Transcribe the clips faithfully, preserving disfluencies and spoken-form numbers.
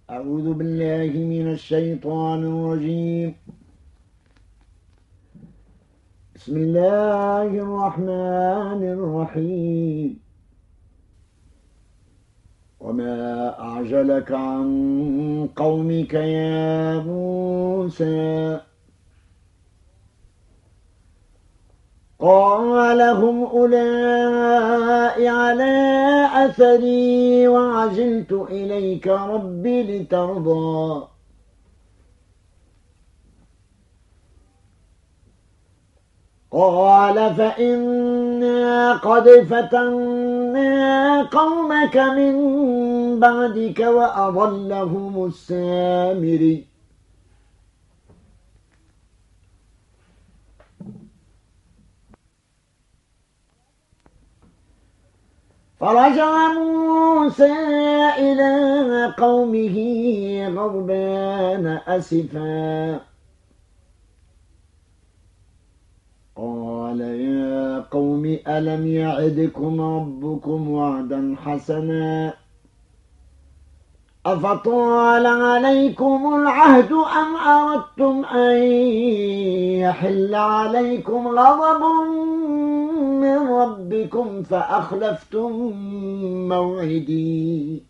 أعوذ بالله من الشيطان الرجيم. بسم الله الرحمن الرحيم. وما أعجلك عن قومك يا موسى؟ قال هم أولئك على أثري وعجلت إليك رب لترضى. قال فإنا قد فتنا قومك من بعدك وأضلهم السامري. فرجع موسى إلى قومه غضبان أسفا. قال يا قوم ألم يعدكم ربكم وعدا حسنا أفطال عليكم العهد أم أردتم أن يحل عليكم غضب من ربكم فأخلفتم موعدي.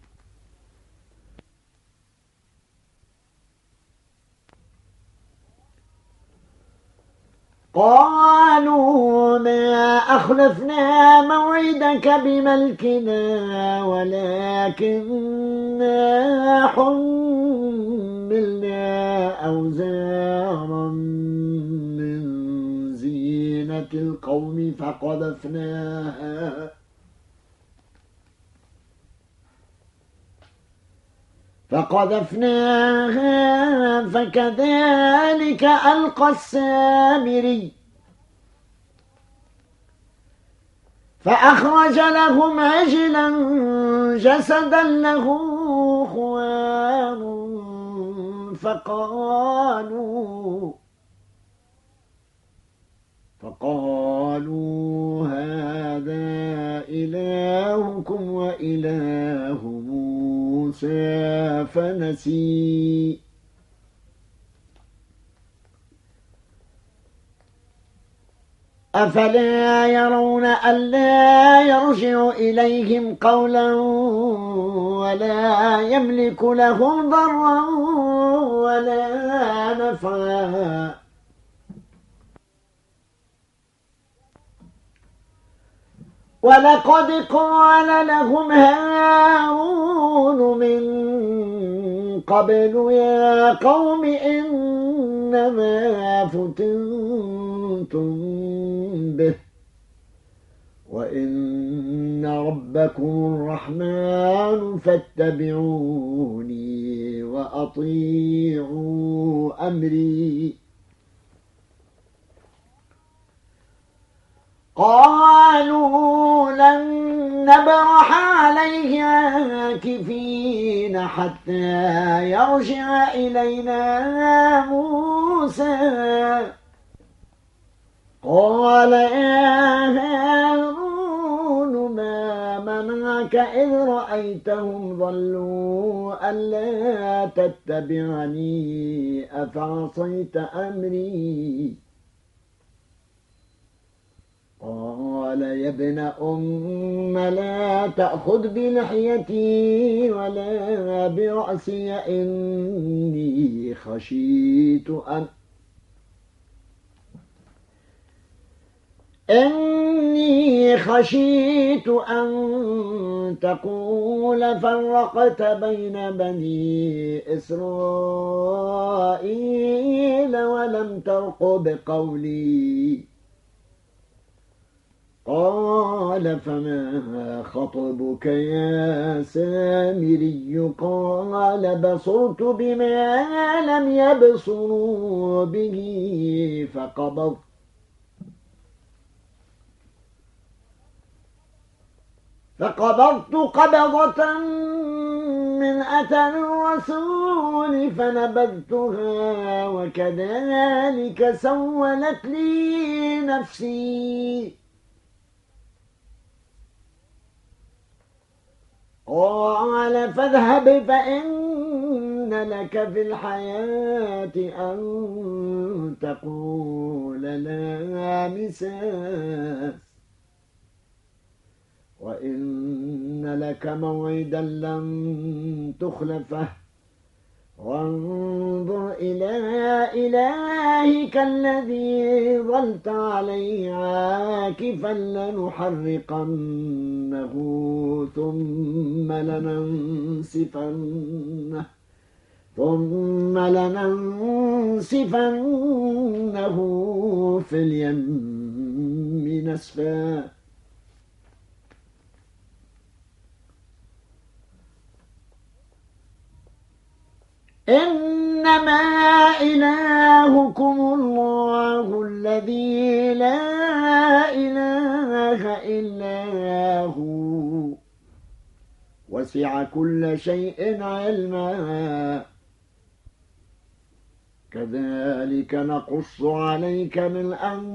قالوا ما أخلفنا موعدك بملكنا ولكننا حملنا أوزارا من زينة القوم فقذفناها فقذفناها فكذلك ألقى السامري. فأخرج لهم عجلا جسدا له خوار فقالوا فقالوا هذا إلهكم وإله موسى فنسي. أفلا يرون ألا يرجع إليهم قولا ولا يملك لهم ضرا ولا نفعا. ولقد قال لهم هارون من قبل يا قوم إنما فتنتم به وإن ربكم الرحمن فاتبعوني وأطيعوا أمري. قالوا لن نبرح عليه عاكفين حتى يرجع إلينا موسى. قال يا هارون ما منعك إذ رأيتهم ضلوا ألا تتبعني أفعصيت أمري؟ قال يا ابن أم لا تأخذ بلحيتي ولا برأسي إني خشيت أن إني خشيت أن تقول فرقت بين بني إسرائيل ولم ترقب قولي. قال فما خطبك يا سامري؟ قال بصرت بما لم يبصروا به فقبضت فقبضت قبضة من أثر الرسول فنبذتها وكذلك سولت لي نفسي. قال فاذهب فإن لك في الحياة أن تقول لا مساس وإن لك موعدا لن تخلفه وانظر إلى إلهك الذي ظلت عليه عاكفا لنحرقنه ثم لننسفنه ثم لننسفنه في اليم نسفا إنما إلهكم الله الذي لا إله إلا هو وسع كل شيء علما كذلك نقص عليك من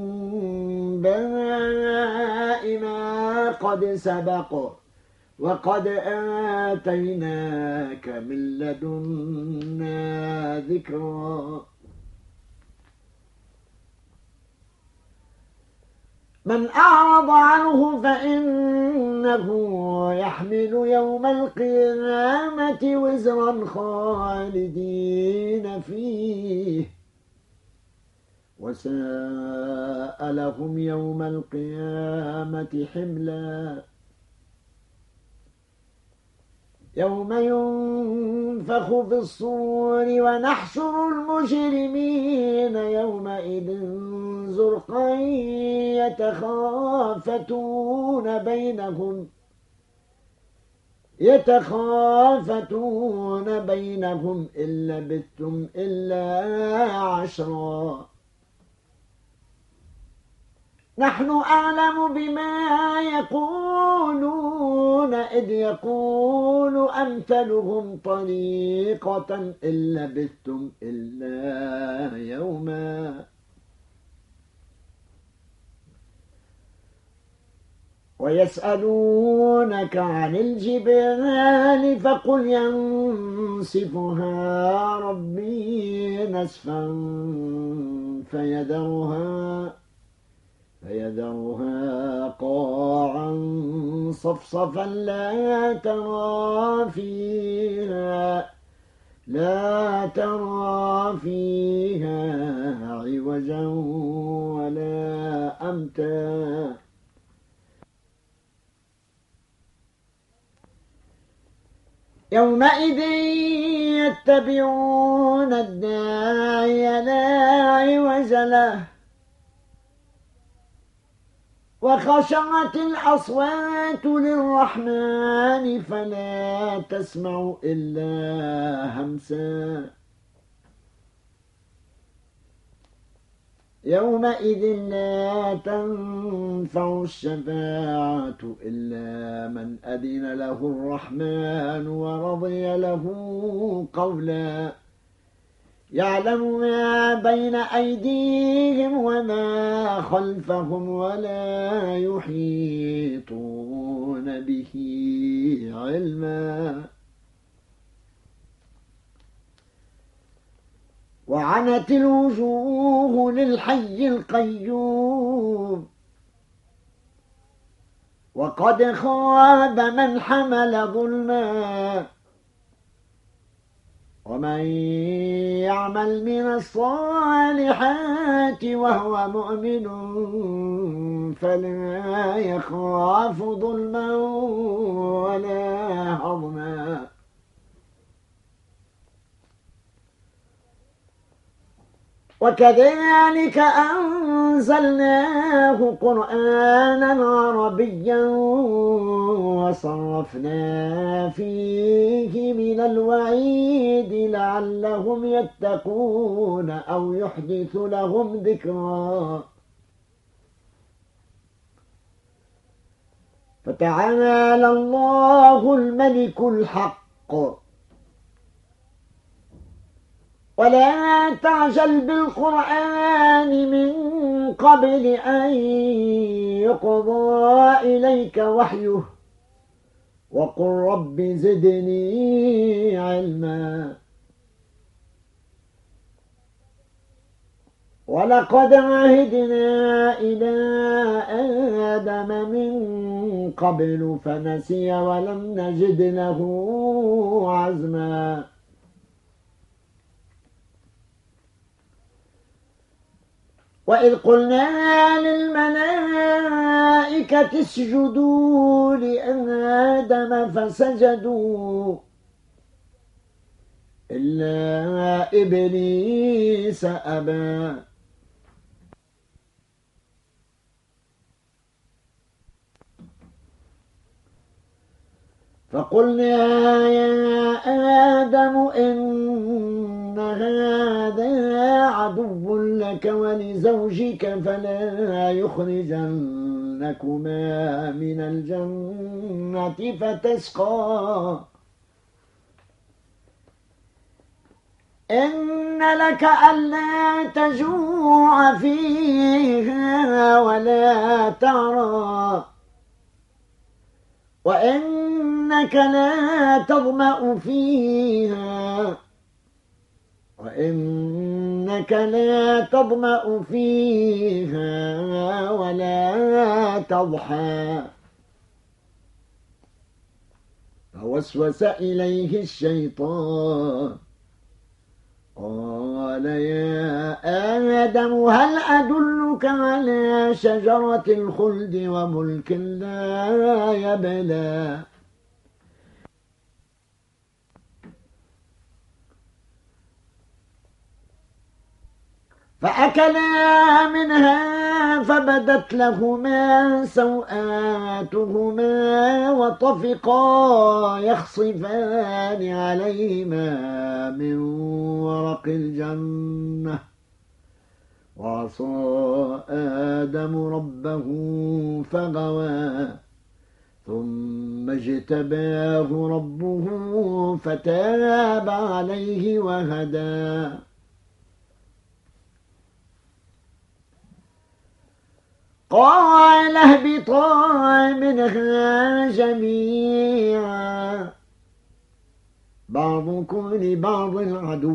أنباء ما قد سبق وقد آتيناك من لدنا ذكرا من أعرض عنه فإنه يحمل يوم القيامة وزرا خالدين فيه وساء لهم يوم القيامة حملا يوم ينفخ في الصور ونحشر المجرمين يومئذ زرقا يتخافتون بينهم يتخافتون بينهم إن لبثتم إلا عشرا نحن أعلم بما يقولون إذ يقول أمثلهم طريقة إن لبثتم إلا يوما ويسألونك عن الجبال فقل ينسفها ربي نسفا فيذرها فيذرها قاعا صفصفا لا ترى فيها لا ترى فيها عوجا ولا أمتا يومئذ يتبعون الداعي لا عوج له وخشعت الأصوات للرحمن فلا تسمع إلا همسا يومئذ لا تنفع الشفاعة إلا من أذن له الرحمن ورضي له قولا يعلم ما بين أيديهم وما خلفهم ولا يحيطون به علما وعنت الوجوه للحي القيوم وقد خاب من حمل ظلما ومن يعمل من الصالحات وهو مؤمن فلا يخاف ظلما ولا هضما وكذلك أنزلناه قرآنا عربيا وصرفنا فيه من الوعيد لعلهم يتقون أو يحدث لهم ذكرا فتعالى الله الملك الحق ولا تعجل بالقرآن من قبل أن يقضى إليك وحيه وقل رب زدني علما ولقد عهدنا إلى آدم من قبل فنسي ولم نجد له عزما وإذ قلنا للملائكة اسجدوا لآدم فسجدوا إلا إبليس أبى فقلنا يا آدم إن هذا عدو لك ولزوجك فلا يخرجنكما من الجنة فتشقى إن لك ألا تجوع فيها ولا تعرى وإنك لا تظمأ فيها وإنك لا تظمأ فيها ولا تضحى فوسوس إليه الشيطان قال يا آدم هل أدلك على شجرة الخلد وملك لا يبلى فأكلا منها فبدت لهما سوآتهما وطفقا يخصفان عليهما من ورق الجنة وعصى آدم ربه فغوى ثم اجتباه ربه فتاب عليه وهدى قال اهبطا منها جميعا بعضكم لبعض عدو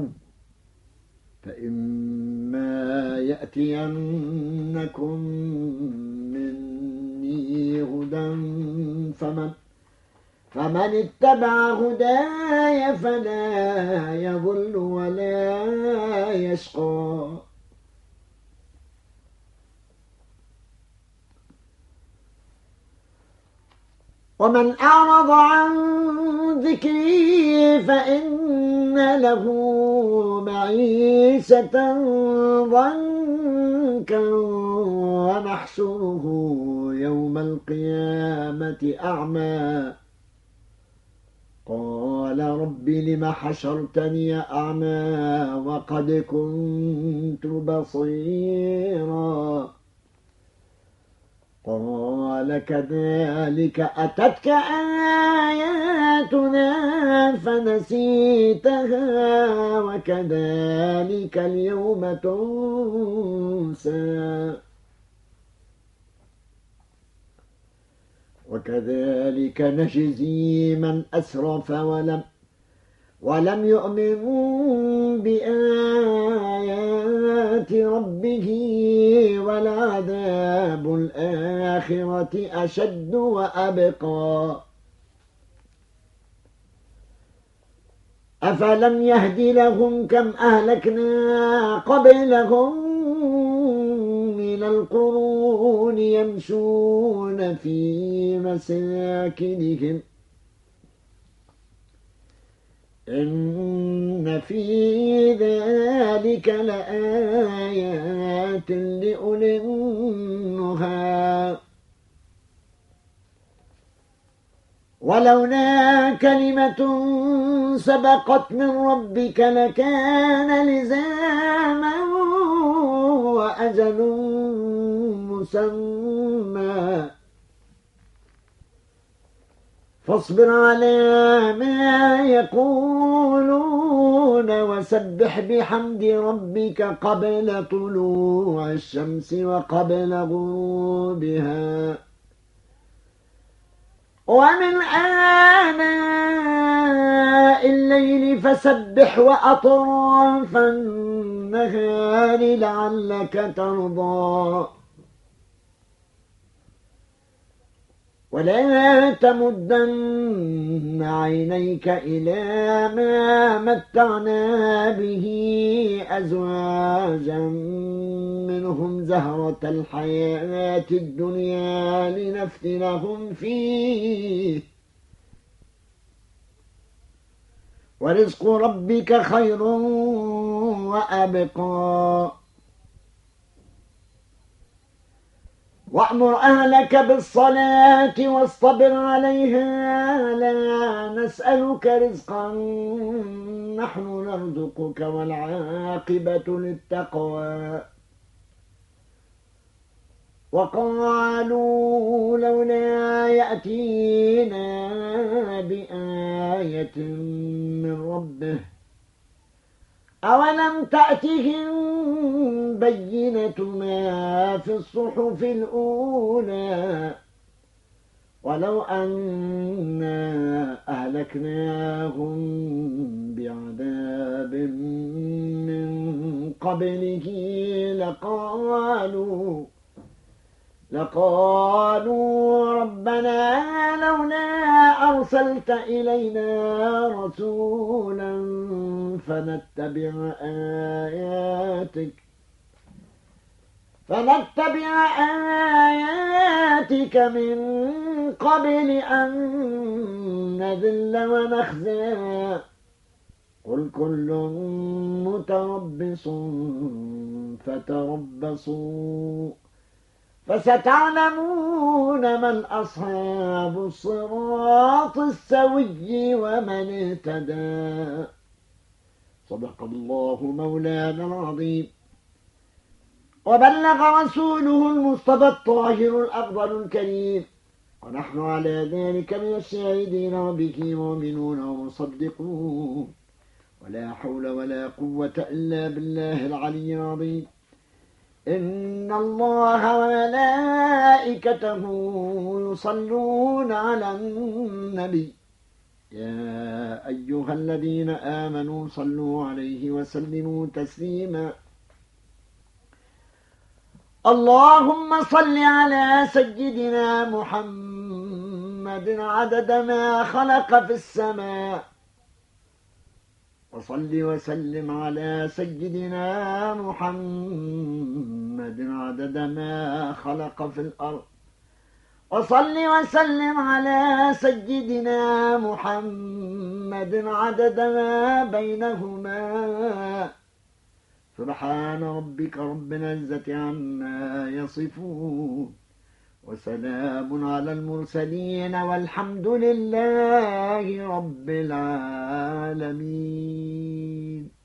فإما يأتينكم مني هدى فمن فمن اتبع هداي فلا يضل ولا يشقى ومن أعرض عن ذكري فإن له معيشة ضنكا ونحشره يوم القيامة أعمى قال رب لم حشرتني أعمى وقد كنت بصيرا قال كذلك أتتك آياتنا فنسيتها وكذلك اليوم تنسى وكذلك نجزي من أسرف ولم ولم يؤمن بآيات ربه ولعذاب الآخرة أشد وأبقى أفلم يهد لهم كم أهلكنا قبلهم من القرون يمشون في مساكنهم إن في ذلك لآيات لأولي النهى ولولا كلمة سبقت من ربك لكان لزاما وأجل مسمى فاصبر على ما يقولون وسبح بحمد ربك قبل طلوع الشمس وقبل غروبها ومن آناء الليل الليل فسبح وأطراف النهار لعلك ترضى ولا تمدن عينيك إلى ما متعنا به أزواجا منهم زهرة الحياة الدنيا لنفتنهم فيه ورزق ربك خير وأبقى وأمر أهلك بالصلاة واصطبر عليها لا نسألك رزقا نحن نرزقك والعاقبة للتقوى وقالوا لولا يأتينا بآية من ربه أولم تأتهم بينة ما في الصحف الأولى ولو أنا أهلكناهم بعذاب من قبله لقالوا لقالوا ربنا لولا أرسلت إلينا رسولا فنتبع آياتك فنتبع آياتك من قبل أن نذل ونخزى قل كل متربص فتربصوا فستعلمون من أصحاب الصراط السوي ومن اهتدى صدق الله مولانا العظيم وبلغ رسوله المصطفى الطاهر الأفضل الكريم ونحن على ذلك من الشاهدين وبه مؤمنون ومصدقون ولا حول ولا قوة إلا بالله العلي العظيم إن الله وملائكته يصلون على النبي يا أيها الذين آمنوا صلوا عليه وسلموا تسليما اللهم صل على سيدنا محمد عدد ما خلق في السماء وصل وسلم على سيدنا محمد عدد ما خلق في الأرض وصل وسلم على سيدنا محمد عدد ما بينهما سبحان ربك رب العزة عما يصفون وسلام على المرسلين والحمد لله رب العالمين.